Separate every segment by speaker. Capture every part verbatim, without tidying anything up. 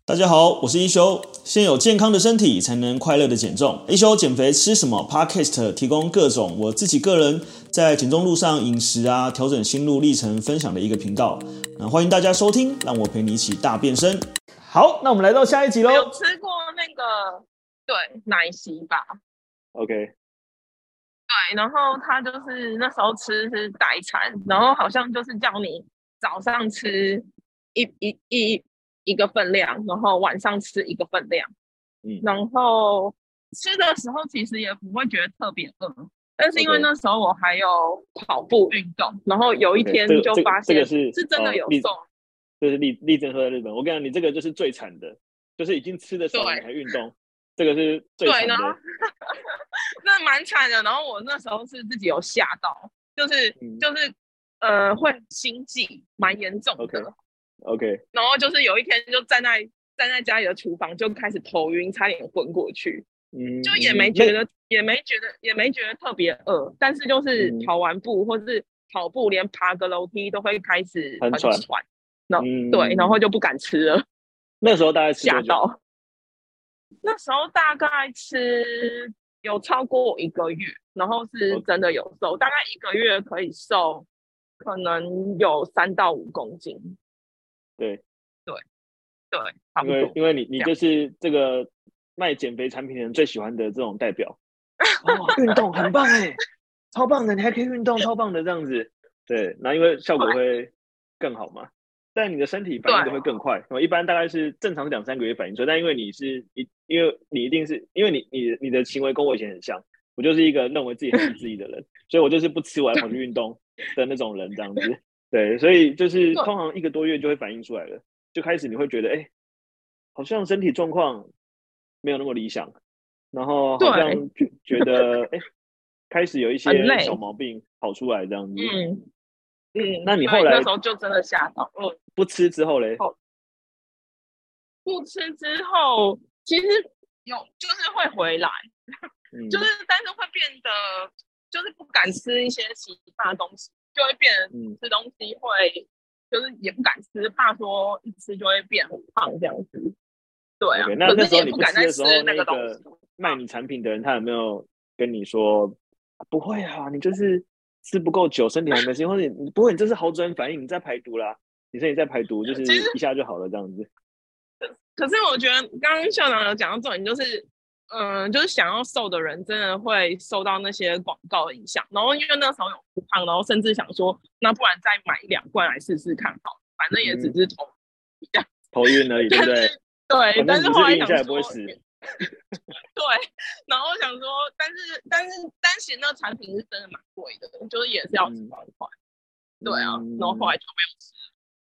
Speaker 1: 大家好，我是一休。先有健康的身体，才能快乐的减重。一休减肥吃什么 Podcast 提供各种我自己个人在减重路上饮食啊、调整心路历程分享的一个频道。那欢迎大家收听，让我陪你一起大变身。好，那我们来到下一集喽。
Speaker 2: 有吃过那个对奶昔吧
Speaker 1: ？OK。
Speaker 2: 对，然后他就是那时候吃是代餐，然后好像就是叫你早上吃一一一一个分量，然后晚上吃一个分量，嗯，然后吃的时候其实也不会觉得特别饿，但是因为那时候我还有跑步运动，然后有一天就发现是真的有瘦。
Speaker 1: 这是立立正说在日本，我跟你讲，你这个就是最惨的，就是已经吃的少你还运动，这个是最惨的。
Speaker 2: 那蛮惨的。然后我那时候是自己有吓到，就是、嗯、就是呃会心悸，蛮严重的。
Speaker 1: Okay. OK。
Speaker 2: 然后就是有一天就站在站在家里的厨房就开始头晕，差点昏过去。嗯，就也没觉得、嗯、也没觉得也没觉得特别饿，但是就是跑完步、嗯、或是跑步，连爬个楼梯都会开始很喘。然后、嗯、对，然后就不敢吃了。
Speaker 1: 那时候大概吃多久？
Speaker 2: 吓到。那时候大概吃有超过一个月，然后是真的有瘦， okay. 大概一个月可以瘦，可能有三到五公斤。
Speaker 1: 对
Speaker 2: 对对，差不多。
Speaker 1: 因为因为你你就是这个卖减肥产品的人最喜欢的这种代表。哦，运动很棒哎，超棒的，你还可以运动，超棒的这样子。对，然后因为效果会更好嘛。但你的身体反应都会更快，一般大概是正常两三个月反应出来，但因为你是一，因为你一定是因为你你你的行为跟我以前很像，我就是一个认为自己很自意的人，所以我就是不吃我还跑去运动的那种人这样子。对，所以就是通常一个多月就会反应出来了，就开始你会觉得哎、欸，好像身体状况没有那么理想，然后好像觉得哎、欸，开始有一些小毛病跑出来这样子。
Speaker 2: 嗯嗯，
Speaker 1: 那你后来
Speaker 2: 那时候就真的吓到。嗯，
Speaker 1: 不吃之后嘞？
Speaker 2: 不吃之后，其实有就是会回来，嗯、就是但是会变得就是不敢吃一些其他东西，就会变得吃东西会、嗯、就是也不敢吃，怕说一吃就会变很胖这样子。对啊，
Speaker 1: okay, 那那时候你不吃的时候，
Speaker 2: 那
Speaker 1: 个卖你产品的人他有没有跟你说、啊、不会啊，你就是吃不够久，身体还没适应，或者你不会，你这是好转反应，你在排毒啦，你身体在排毒，就是一下就好了这样子。
Speaker 2: 可是我觉得刚刚校长有讲到重点，就是嗯、呃，就是想要瘦的人真的会受到那些广告的影响，然后因为那时候有复胖，然后甚至想说，那不然再买一两罐来试试看好了，反正也只是头晕、嗯、
Speaker 1: 头晕而已，对不对？
Speaker 2: 对，但是后来想说，
Speaker 1: 也不会死。
Speaker 2: 对，然后想说，但是但是但其实那产品是真的蛮贵的，就是也是要几万块、嗯。对啊，然后后来就没有吃。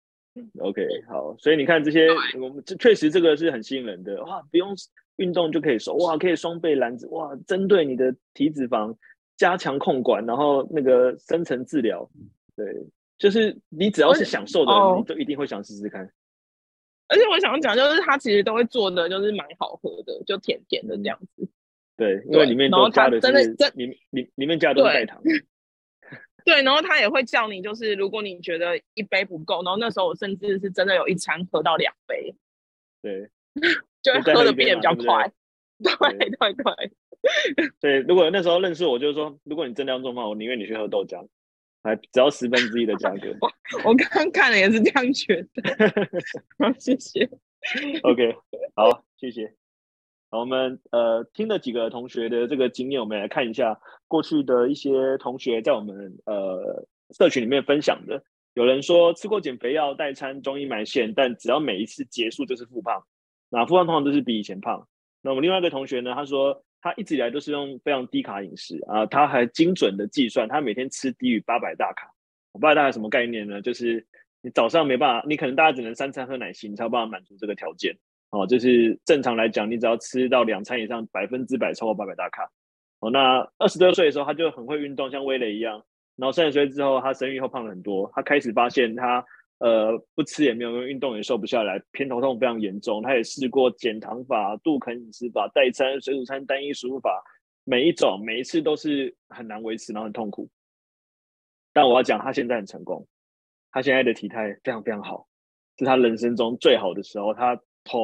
Speaker 1: OK， 好，所以你看这些，我们确实这个是很吸引人的哇！不用运动就可以瘦哇，可以双倍燃脂哇！针对你的体脂肪加强控管，然后那个深层治疗，对，就是你只要是想瘦的人，哦、你就一定会想试试看。
Speaker 2: 而且我想讲，就是它其实都会做的，就是蛮好喝的，就甜甜的这样子。
Speaker 1: 对，因为里面都加的是里里里面加的都是代糖。
Speaker 2: 对，然后他也会叫你，就是如果你觉得一杯不够，然后那时候我甚至是真的有一餐喝到两杯，
Speaker 1: 对，
Speaker 2: 就会喝的变得比较快。对对 对,
Speaker 1: 对。对，如果那时候认识我，就是说，如果你真的要做的话，我宁愿你去喝豆浆，还只要十分之一的价格。
Speaker 2: 我我刚刚看了也是这样觉得。好，谢谢。
Speaker 1: OK， 好，谢谢。好，我们呃听了几个同学的这个经验，我们来看一下过去的一些同学在我们呃社群里面分享的。有人说吃过减肥药、代餐、中医埋线，但只要每一次结束就是复胖，那复胖通常都是比以前胖。那我们另外一个同学呢，他说他一直以来都是用非常低卡饮食啊，他还精准的计算，他每天吃低于八百大卡。八百大卡什么概念呢？就是你早上没办法，你可能大家只能三餐喝奶昔，你才有办法满足这个条件。哦，就是正常来讲，你只要吃到两餐以上，百分之百超过八百大卡。哦，那二十多岁的时候，他就很会运动，像威磊一样。然后三十岁之后，他生育后胖了很多。他开始发现他呃不吃也没有用，运动也瘦不下来，偏头痛非常严重。他也试过减糖法、杜肯饮食法、代餐、水煮餐、单一食物法，每一种每一次都是很难维持，然后很痛苦。但我要讲，他现在很成功，他现在的体态非常非常好，是他人生中最好的时候。他头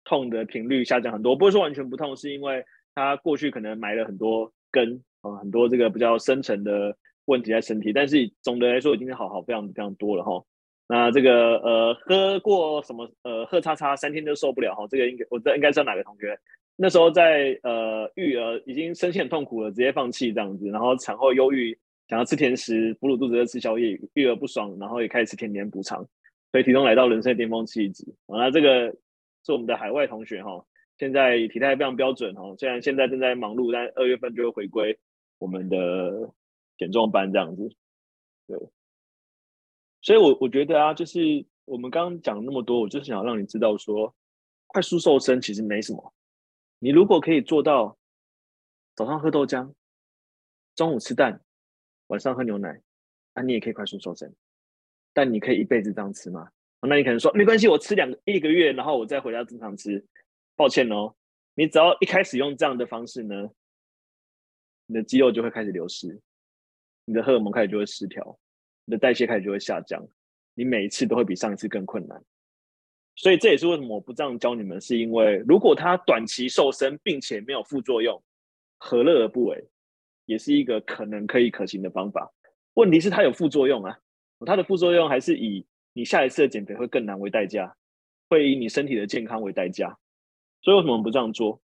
Speaker 1: 痛的频率下降很多。不会说完全不痛，是因为他过去可能埋了很多根，呃、很多这个比较深层的问题在身体，但是总的来说已经好好非常非常多了哈。那这个呃喝过什么呃喝叉叉三天就受不了哈，这个应该我知道应该知道哪个同学那时候在呃育儿已经身心很痛苦了，直接放弃这样子，然后产后忧郁，想要吃甜食，哺乳肚子就吃宵夜，育儿不爽，然后也开始吃甜点补偿，所以体重来到人生的巅峰期值。那这个是我们的海外同学哈，现在体态非常标准哈，虽然现在正在忙碌，但二月份就会回归我们的减重班这样子。对，所以我我觉得啊，就是我们刚刚讲那么多，我就是想让你知道说，快速瘦身其实没什么。你如果可以做到早上喝豆浆，中午吃蛋，晚上喝牛奶，那、啊、你也可以快速瘦身。但你可以一辈子这样吃吗？那你可能说没关系，我吃两个一个月，然后我再回家正常吃。抱歉哦，你只要一开始用这样的方式呢，你的肌肉就会开始流失，你的荷尔蒙开始就会失调，你的代谢开始就会下降，你每一次都会比上一次更困难。所以这也是为什么我不这样教你们，是因为如果他短期瘦身并且没有副作用，何乐而不为？也是一个可能可以可行的方法。问题是它有副作用啊，它的副作用还是以你下一次的减肥会更难为代价，会以你身体的健康为代价。所以为什么不这样做？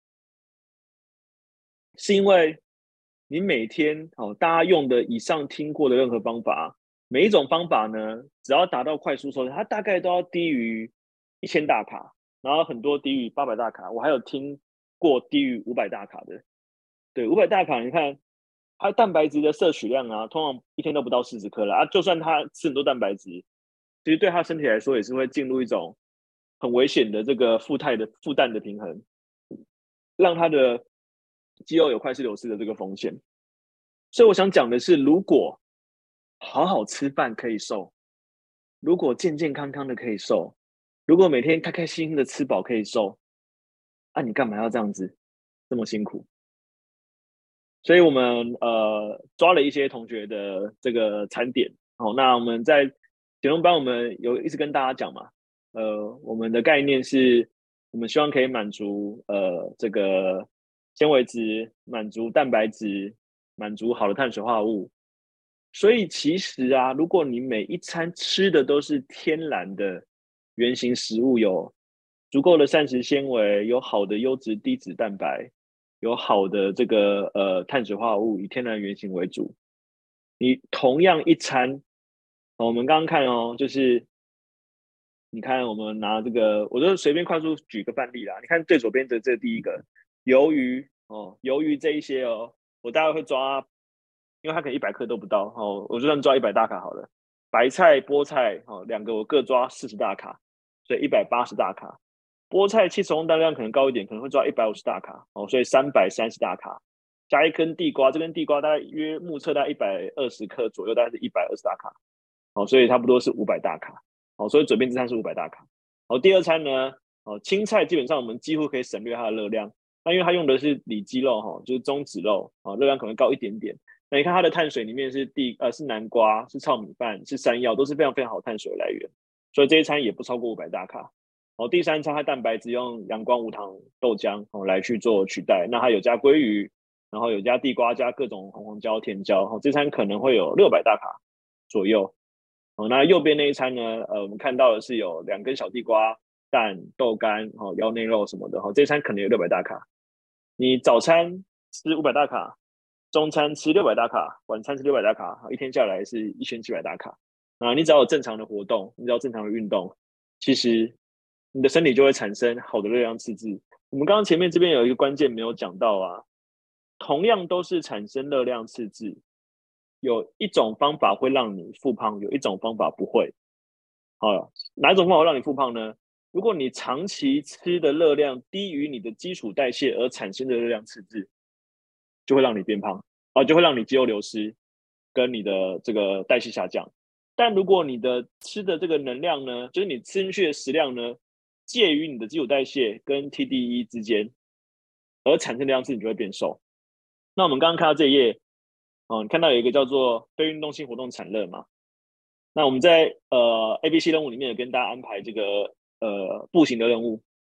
Speaker 1: 是因为你每天哦，大家用的以上听过的任何方法，每一种方法呢，只要达到快速瘦身，它大概都要低于一千大卡，然后很多低于八百大卡，我还有听过低于五百大卡的。对，五百大卡，你看它蛋白质的摄取量啊，通常一天都不到四十克了啊。就算它吃很多蛋白质，其实对他身体来说也是会进入一种很危险的这个负态的负担的平衡，让他的肌肉有快速流失的这个风险。所以我想讲的是，如果好好吃饭可以瘦，如果健健康康的可以瘦，如果每天开开心心的吃饱可以瘦，啊，你干嘛要这样子这么辛苦？所以我们呃抓了一些同学的这个餐点，好，那我们在减重班我们有一直跟大家讲嘛，呃，我们的概念是，我们希望可以满足呃这个纤维质，满足蛋白质，满足好的碳水化合物。所以其实啊，如果你每一餐吃的都是天然的原型食物，有足够的膳食纤维，有好的优质低脂蛋白，有好的这个呃碳水化合物，以天然原型为主。你同样一餐，哦我们刚刚看哦，就是你看我们拿这个，我就随便快速举个范例啦。你看最左边的这第一个鱿鱼哦，鱿鱼这一些哦，我大概会抓，因为它可能一百克都不到哦，我就算抓一百大卡好了。白菜、菠菜哦，两个我各抓四十大卡，所以一百八十大卡。菠菜气溶氮量可能高一点，可能会抓一百五十大卡哦，所以三百三十大卡。加一根地瓜，这根地瓜大概约目测大概一百二十克左右，大概是一百二十大卡，好、哦，所以差不多是五百大卡，好、哦，所以左边这餐是五百大卡。好、哦，第二餐呢，哦，青菜基本上我们几乎可以省略它的热量，那因为它用的是里肌肉哈、哦，就是中脂肉，哦，热量可能高一点点。那你看它的碳水里面是地呃是南瓜，是糙米饭，是山药，都是非常非常好碳水来源，所以这一餐也不超过五百大卡。哦，第三餐它蛋白质用阳光无糖豆浆哦来去做取代，那它有加鲑鱼，然后有加地瓜，加各种红黄椒、甜椒，哦，这餐可能会有六百大卡左右。哦，那右边那一餐呢？呃，我们看到的是有两根小地瓜、蛋、豆干、哦腰内肉什么的，哈、哦，这餐可能有六百大卡。你早餐吃五百大卡，中餐吃六百大卡，晚餐吃六百大卡，一天下来是一千七百大卡。啊，你只要有正常的活动，你只要正常的运动，其实你的身体就会产生好的热量赤字。我们刚刚前面这边有一个关键没有讲到啊，同样都是产生热量赤字，有一种方法会让你复胖，有一种方法不会。好，哪一种方法会让你复胖呢？如果你长期吃的热量低于你的基础代谢而产生的热量赤字，就会让你变胖啊，就会让你肌肉流失，跟你的这个代谢下降。但如果你的吃的这个能量呢，就是你吃进去的食量呢，介于你的基础代谢跟 T D E 之间，而产生的量次，你就会变瘦。那我们刚刚看到这一页，哦，你看到有一个叫做非运动性活动产热嘛？那我们在呃 A B C 任务里面有跟大家安排这个呃步行的任务，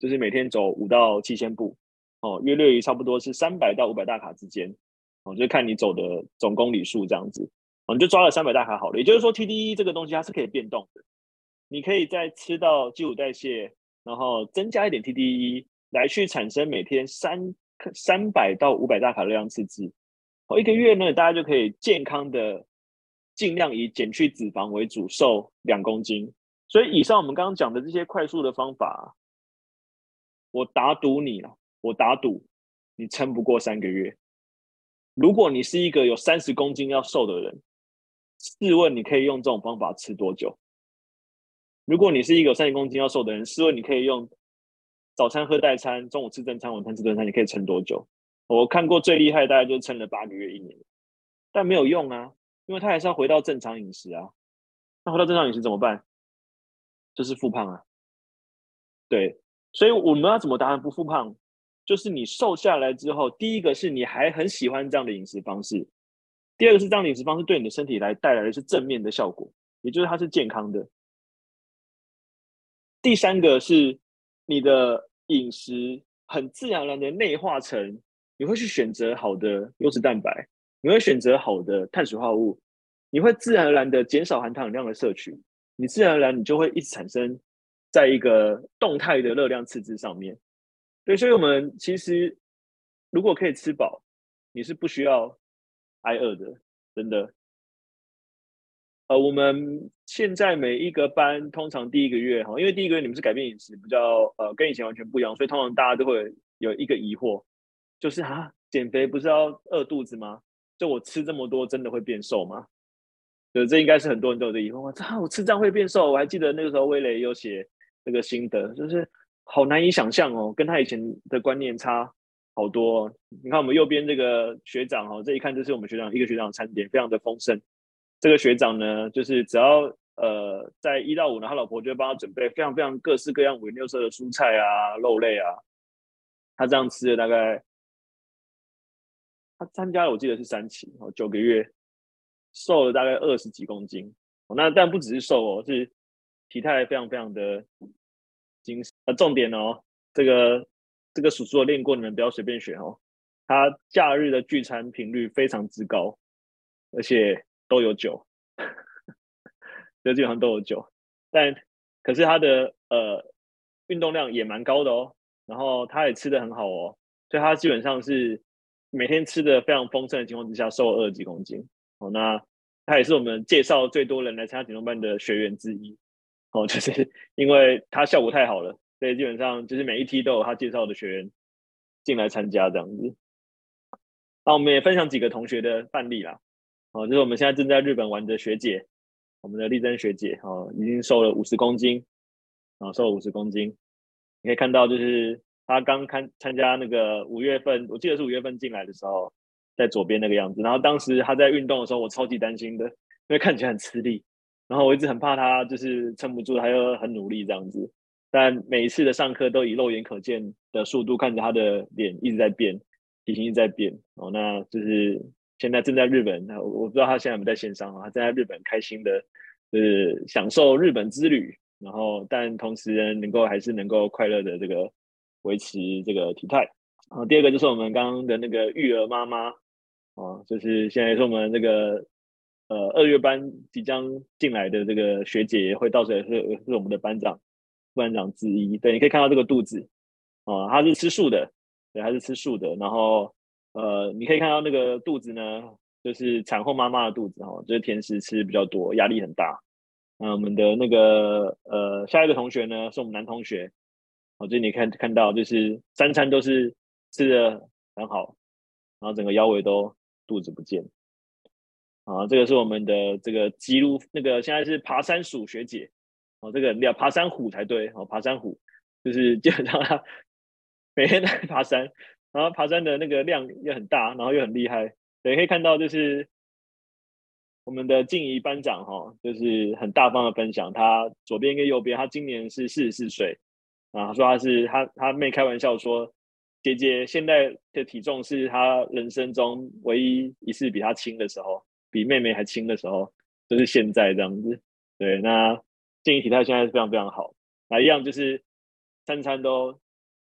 Speaker 1: 就是每天走五到七千步，哦，约略于差不多是三百到五百大卡之间，哦，就是看你走的总公里数这样子，哦，你就抓了三百大卡好了。也就是说 T D E 这个东西它是可以变动的，你可以在吃到基础代谢，然后增加一点 T D E 来去产生每天三三百到五百大卡热量赤字，哦，一个月呢，大家就可以健康的尽量以减去脂肪为主，瘦两公斤。所以以上我们刚刚讲的这些快速的方法，我打赌你了，我打赌你撑不过三个月。如果你是一个有三十公斤要瘦的人，试问你可以用这种方法吃多久？如果你是一个有三十公斤要瘦的人，试问你可以用早餐喝代餐，中午吃正餐，晚餐吃正餐，你可以撑多久？我看过最厉害大概就撑了八个月、一年，但没有用啊，因为他还是要回到正常饮食啊。那回到正常饮食怎么办？就是复胖啊。对，所以我们要怎么达成不复胖？就是你瘦下来之后，第一个是你还很喜欢这样的饮食方式，第二个是这样的饮食方式对你的身体来带来的是正面的效果，也就是它是健康的。第三个是你的饮食很自然而然的内化成，你会去选择好的优质蛋白，你会选择好的碳水化合物，你会自然而然的减少含糖量的摄取，你自然而然你就会一直产生在一个动态的热量赤字上面。对，所以我们其实如果可以吃饱，你是不需要挨饿的，真的。呃，我们现在每一个班通常第一个月哈，因为第一个月你们是改变饮食，比较呃跟以前完全不一样，所以通常大家都会有一个疑惑，就是啊，减肥不是要饿肚子吗？就我吃这么多，真的会变瘦吗？对，这应该是很多人都有的疑问。我操，我吃这样会变瘦？我还记得那个时候威雷有写那个心得，就是好难以想象哦，跟他以前的观念差好多哦。你看我们右边这个学长哦，这一看就是我们学长一个学长的餐点非常的丰盛。这个学长呢，就是只要呃在一到五呢，他老婆就会帮他准备非常非常各式各样五颜六色的蔬菜啊、肉类啊。他这样吃了大概，他参加了我记得是三期哦，九个月，瘦了大概二十几公斤。哦，那但不只是瘦哦，是体态非常非常的精实。呃，重点哦，这个这个叔叔有练过，你们不要随便选哦。他假日的聚餐频率非常之高，而且都有酒。就基本上都有酒，但可是他的呃运动量也蛮高的哦，然后他也吃的很好哦，所以他基本上是每天吃的非常丰盛的情况之下，瘦了二十几公斤哦。那他也是我们介绍最多人来参加减重班的学员之一哦，就是因为他效果太好了，所以基本上就是每一梯都有他介绍的学员进来参加这样子。那我们也分享几个同学的范例啦，哦，就是我们现在正在日本玩的学姐。我们的丽珍学姐哦，已经瘦了五十公斤，啊、哦，瘦了五十公斤。你可以看到，就是她刚看参加那个五月份，我记得是五月份进来的时候，在左边那个样子。然后当时她在运动的时候，我超级担心的，因为看起来很吃力。然后我一直很怕她就是撑不住，她又很努力这样子。但每一次的上课都以肉眼可见的速度看着她的脸一直在变，体型一直在变。哦，那就是现在正在日本，我不知道他现在有没有在线上啊？他正在日本开心的，就是享受日本之旅，然后但同时呢，能够还是能够快乐的这个维持这个体态。啊，第二个就是我们刚刚的那个育儿妈妈，哦，就是现在是我们这个呃二月班即将进来的这个学姐，会到时候也是是我们的班长班长之一。对，你可以看到这个肚子，哦，她是吃素的，对，她是吃素的，然后。呃，你可以看到那个肚子呢，就是产后妈妈的肚子哦，就是甜食吃比较多，压力很大。那我们的那个呃下一个同学呢，是我们男同学，哦，就是你看看到就是三餐都是吃的很好，然后整个腰围都肚子不见。啊，这个是我们的这个吉鲁那个现在是爬山鼠学姐，哦，这个要爬山虎才对，哦，爬山虎就是基本上他每天在爬山，然后爬山的那个量也很大，然后又很厉害。对，可以看到就是我们的静怡班长哈、哦，就是很大方的分享，他左边跟右边，他今年是四十四岁，啊，他说他是他他妹开玩笑说，姐姐现在的体重是他人生中唯一一次比他轻的时候，比妹妹还轻的时候，就是现在这样子。对，那静怡体态现在是非常非常好，那一样就是三餐都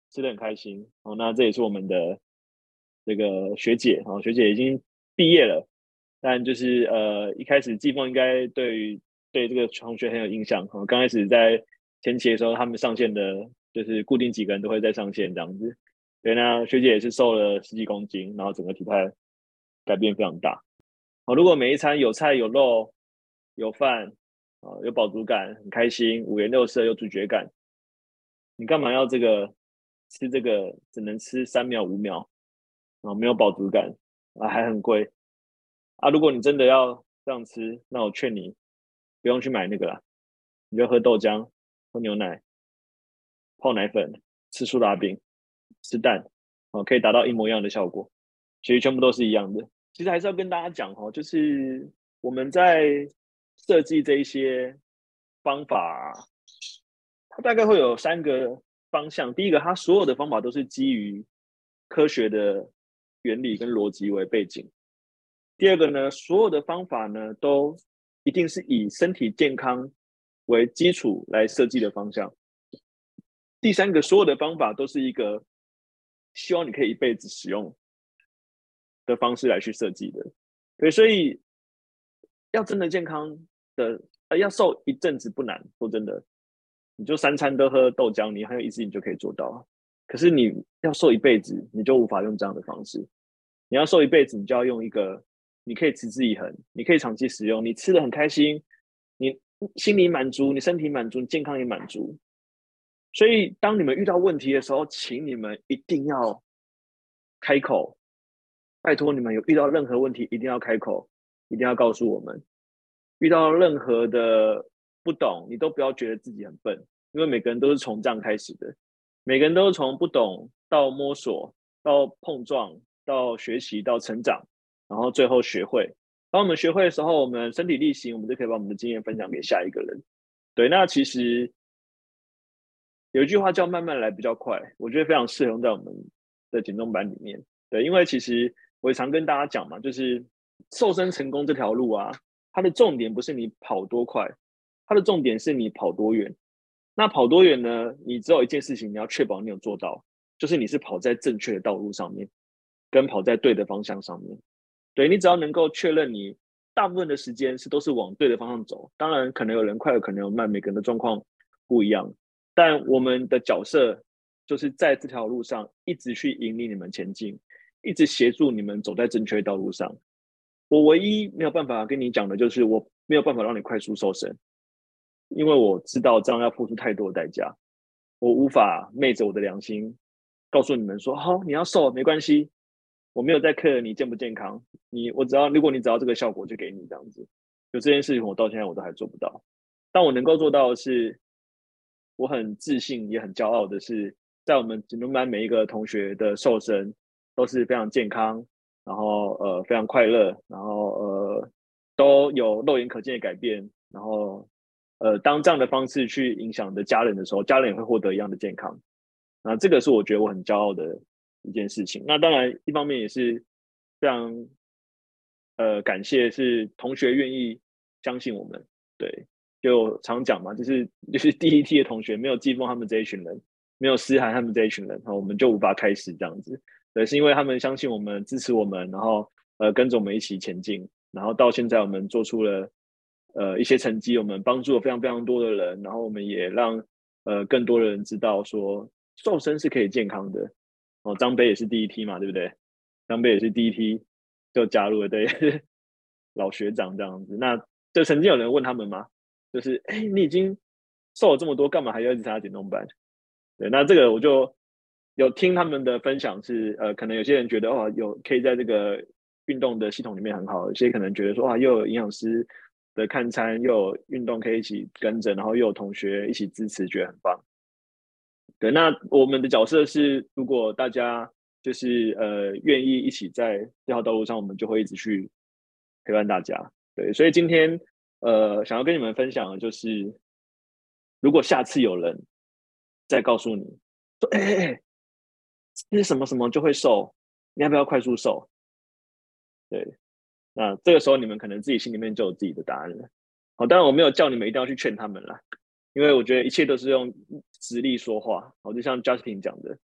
Speaker 1: 吃得很开心。哦，那这也是我们的这个学姐，哦，学姐已经毕业了，但就是呃一开始季风应该对于对这个同学很有印象。哦，刚开始在前期的时候，他们上线的就是固定几个人都会在上线这样子。对，那学姐也是瘦了十几公斤，然后整个体态改变非常大。哦，如果每一餐有菜有肉有饭，哦，有饱足感，很开心，五颜六色有主角感，你干嘛要这个吃这个只能吃三秒五秒啊，没有饱足感啊，还很贵啊？如果你真的要这样吃，那我劝你不用去买那个啦，你就喝豆浆、喝牛奶、泡奶粉、吃苏打饼、吃蛋，哦，可以达到一模一样的效果。其实全部都是一样的。其实还是要跟大家讲哦，就是我们在设计这一些方法，它大概会有三个方向。第一个，它所有的方法都是基于科学的原理跟逻辑为背景。第二个呢，所有的方法呢，都一定是以身体健康为基础来设计的方向。第三个，所有的方法都是一个希望你可以一辈子使用的方式来去设计的。对，所以要真的健康的，呃，要瘦一阵子不难。说真的，你就三餐都喝豆浆，你很有意思，你就可以做到。可是你要瘦一辈子，你就无法用这样的方式。你要瘦一辈子，你就要用一个你可以持之以恒，你可以长期使用，你吃的很开心，你心里满足，你身体满足，你健康也满足。所以，当你们遇到问题的时候，请你们一定要开口，拜托你们有遇到任何问题，一定要开口，一定要告诉我们。遇到任何的不懂，你都不要觉得自己很笨，因为每个人都是从这样开始的，每个人都是从不懂到摸索，到碰撞，到学习，到成长，然后最后学会。当我们学会的时候，我们身体力行，我们就可以把我们的经验分享给下一个人。对，那其实有一句话叫“慢慢来比较快”，我觉得非常适用在我们的减重班里面。对，因为其实我也常跟大家讲嘛，就是瘦身成功这条路啊，它的重点不是你跑多快，它的重点是你跑多远。那跑多远呢？你只有一件事情你要确保你有做到，就是你是跑在正确的道路上面，跟跑在对的方向上面。对，你只要能够确认你大部分的时间是都是往对的方向走，当然可能有人快，可能有慢，每个人的状况不一样。但我们的角色就是在这条路上一直去引领你们前进，一直协助你们走在正确的道路上。我唯一没有办法跟你讲的就是我没有办法让你快速瘦身，因为我知道这样要付出太多的代价，我无法昧着我的良心告诉你们说，好，你要瘦没关系，我没有在 care 你健不健康，你我只要如果你只要这个效果就给你这样子。就这件事情我到现在我都还做不到，但我能够做到的是，我很自信也很骄傲的是，在我们减重班每一个同学的瘦身都是非常健康，然后呃非常快乐，然后呃都有肉眼可见的改变，然后呃当这样的方式去影响的家人的时候，家人也会获得一样的健康。那这个是我觉得我很骄傲的一件事情。那当然，一方面也是非常呃感谢是同学愿意相信我们。对，就常讲嘛，就是就是第一梯的同学没有季风他们这一群人，没有思涵他们这一群人，然后我们就无法开始这样子。对，是因为他们相信我们，支持我们，然后呃跟着我们一起前进，然后到现在我们做出了呃一些成绩，我们帮助了非常非常多的人，然后我们也让呃更多的人知道说瘦身是可以健康的。哦，张杯也是第一梯嘛，对不对？张杯也是第一梯就加入了，对，老学长这样子。那就曾经有人问他们吗？就是哎，你已经瘦了这么多，干嘛还要一直参加减重班？对，那这个我就有听他们的分享是，呃，可能有些人觉得哦，有可以在这个运动的系统里面很好，有些可能觉得说哇，又有营养师的看餐，又有运动可以一起跟着，然后又有同学一起支持，觉得很棒。对，那我们的角色是，如果大家就是呃愿意一起在这条道路上，我们就会一直去陪伴大家。对，所以今天呃想要跟你们分享的就是，如果下次有人再告诉你说，哎哎哎，吃什么什么就会瘦，你要不要快速瘦？对，那这个时候你们可能自己心里面就有自己的答案了。好，当然我没有叫你们一定要去劝他们啦，因为我觉得一切都是用实力说话。好，就像 Justin 讲的，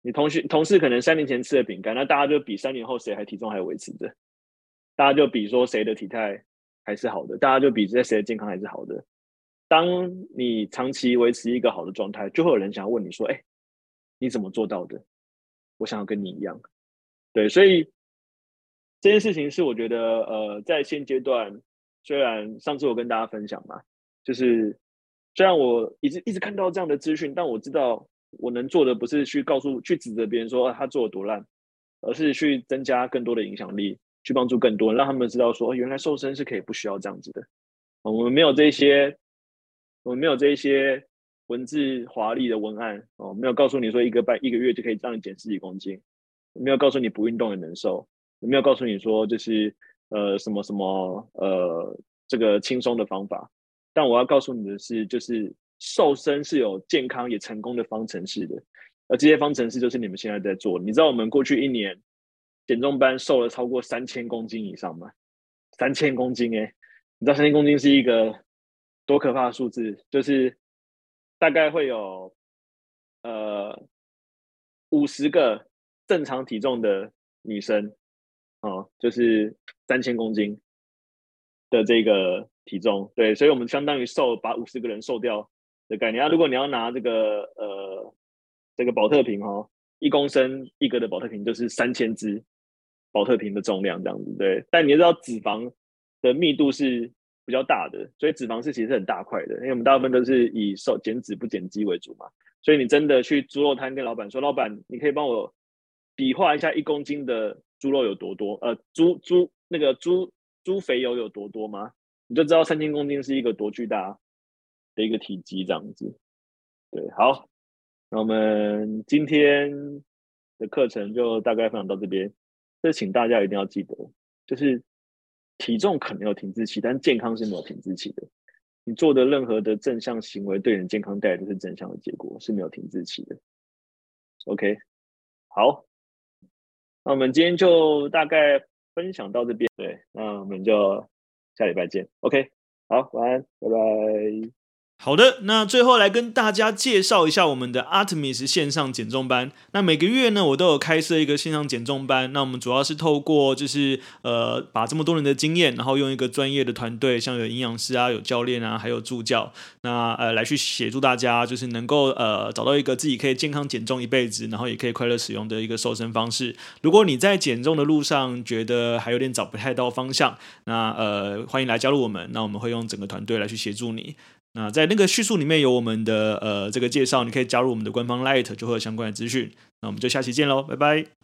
Speaker 1: 你同学同事可能三年前吃的饼干，那大家就比三年后谁还体重还维持着，大家就比说谁的体态还是好的，大家就比在谁的健康还是好的。当你长期维持一个好的状态，就会有人想要问你说：“哎、欸，你怎么做到的？我想要跟你一样。”对，所以这件事情是我觉得，呃，在现阶段，虽然上次我跟大家分享嘛，就是虽然我一直一直看到这样的资讯，但我知道我能做的不是去告诉、去指责别人说、啊、他做的多烂，而是去增加更多的影响力，去帮助更多人，让他们知道说，哦、原来瘦身是可以不需要这样子的。我们没有这些，我们没有这些文字华丽的文案哦，没有告诉你说一个半一个月就可以让你减十几公斤，没有告诉你不运动也能瘦，没有告诉你说就是呃什么什么呃这个轻松的方法。但我要告诉你的是，就是瘦身是有健康也成功的方程式的，而这些方程式就是你们现在在做。你知道我们过去一年减重班瘦了超过三千公斤以上吗？三千公斤哎、欸，你知道三千公斤是一个多可怕的数字？就是大概会有呃五十个正常体重的女生哦，就是三千公斤的这个体重，对，所以我们相当于瘦把五十个人瘦掉的概念。啊，如果你要拿这个呃这个保特瓶哦，一公升一个的保特瓶就是三千只保特瓶的重量这样子，对。但你知道脂肪的密度是比较大的，所以脂肪是其实很大块的，因为我们大部分都是以瘦减脂不减肌为主嘛。所以你真的去猪肉摊跟老板说，老板，你可以帮我比划一下一公斤的猪肉有多多，呃，猪猪那个猪猪肥油有多多吗？你就知道三千公斤是一个多巨大的一个体积这样子。对，好，那我们今天的课程就大概分享到这边。这请大家一定要记得，就是体重可能有停滞期，但健康是没有停滞期的。你做的任何的正向行为对人健康带来的是正向的结果，是没有停滞期的。OK， 好，那我们今天就大概分享到这边。对，那我们就下礼拜见。OK， 好，晚安，拜拜。
Speaker 3: 好的，那最后来跟大家介绍一下我们的 Artemis 线上减重班。那每个月呢，我都有开设一个线上减重班。那我们主要是透过就是呃，把这么多人的经验，然后用一个专业的团队，像有营养师啊、有教练啊，还有助教，那呃来去协助大家，就是能够呃找到一个自己可以健康减重一辈子，然后也可以快乐使用的一个瘦身方式。如果你在减重的路上觉得还有点找不太到方向，那呃欢迎来加入我们。那我们会用整个团队来去协助你。那在那个叙述里面有我们的呃这个介绍，你可以加入我们的官方 Lite， 就会有相关的资讯。那我们就下期见喽，拜拜。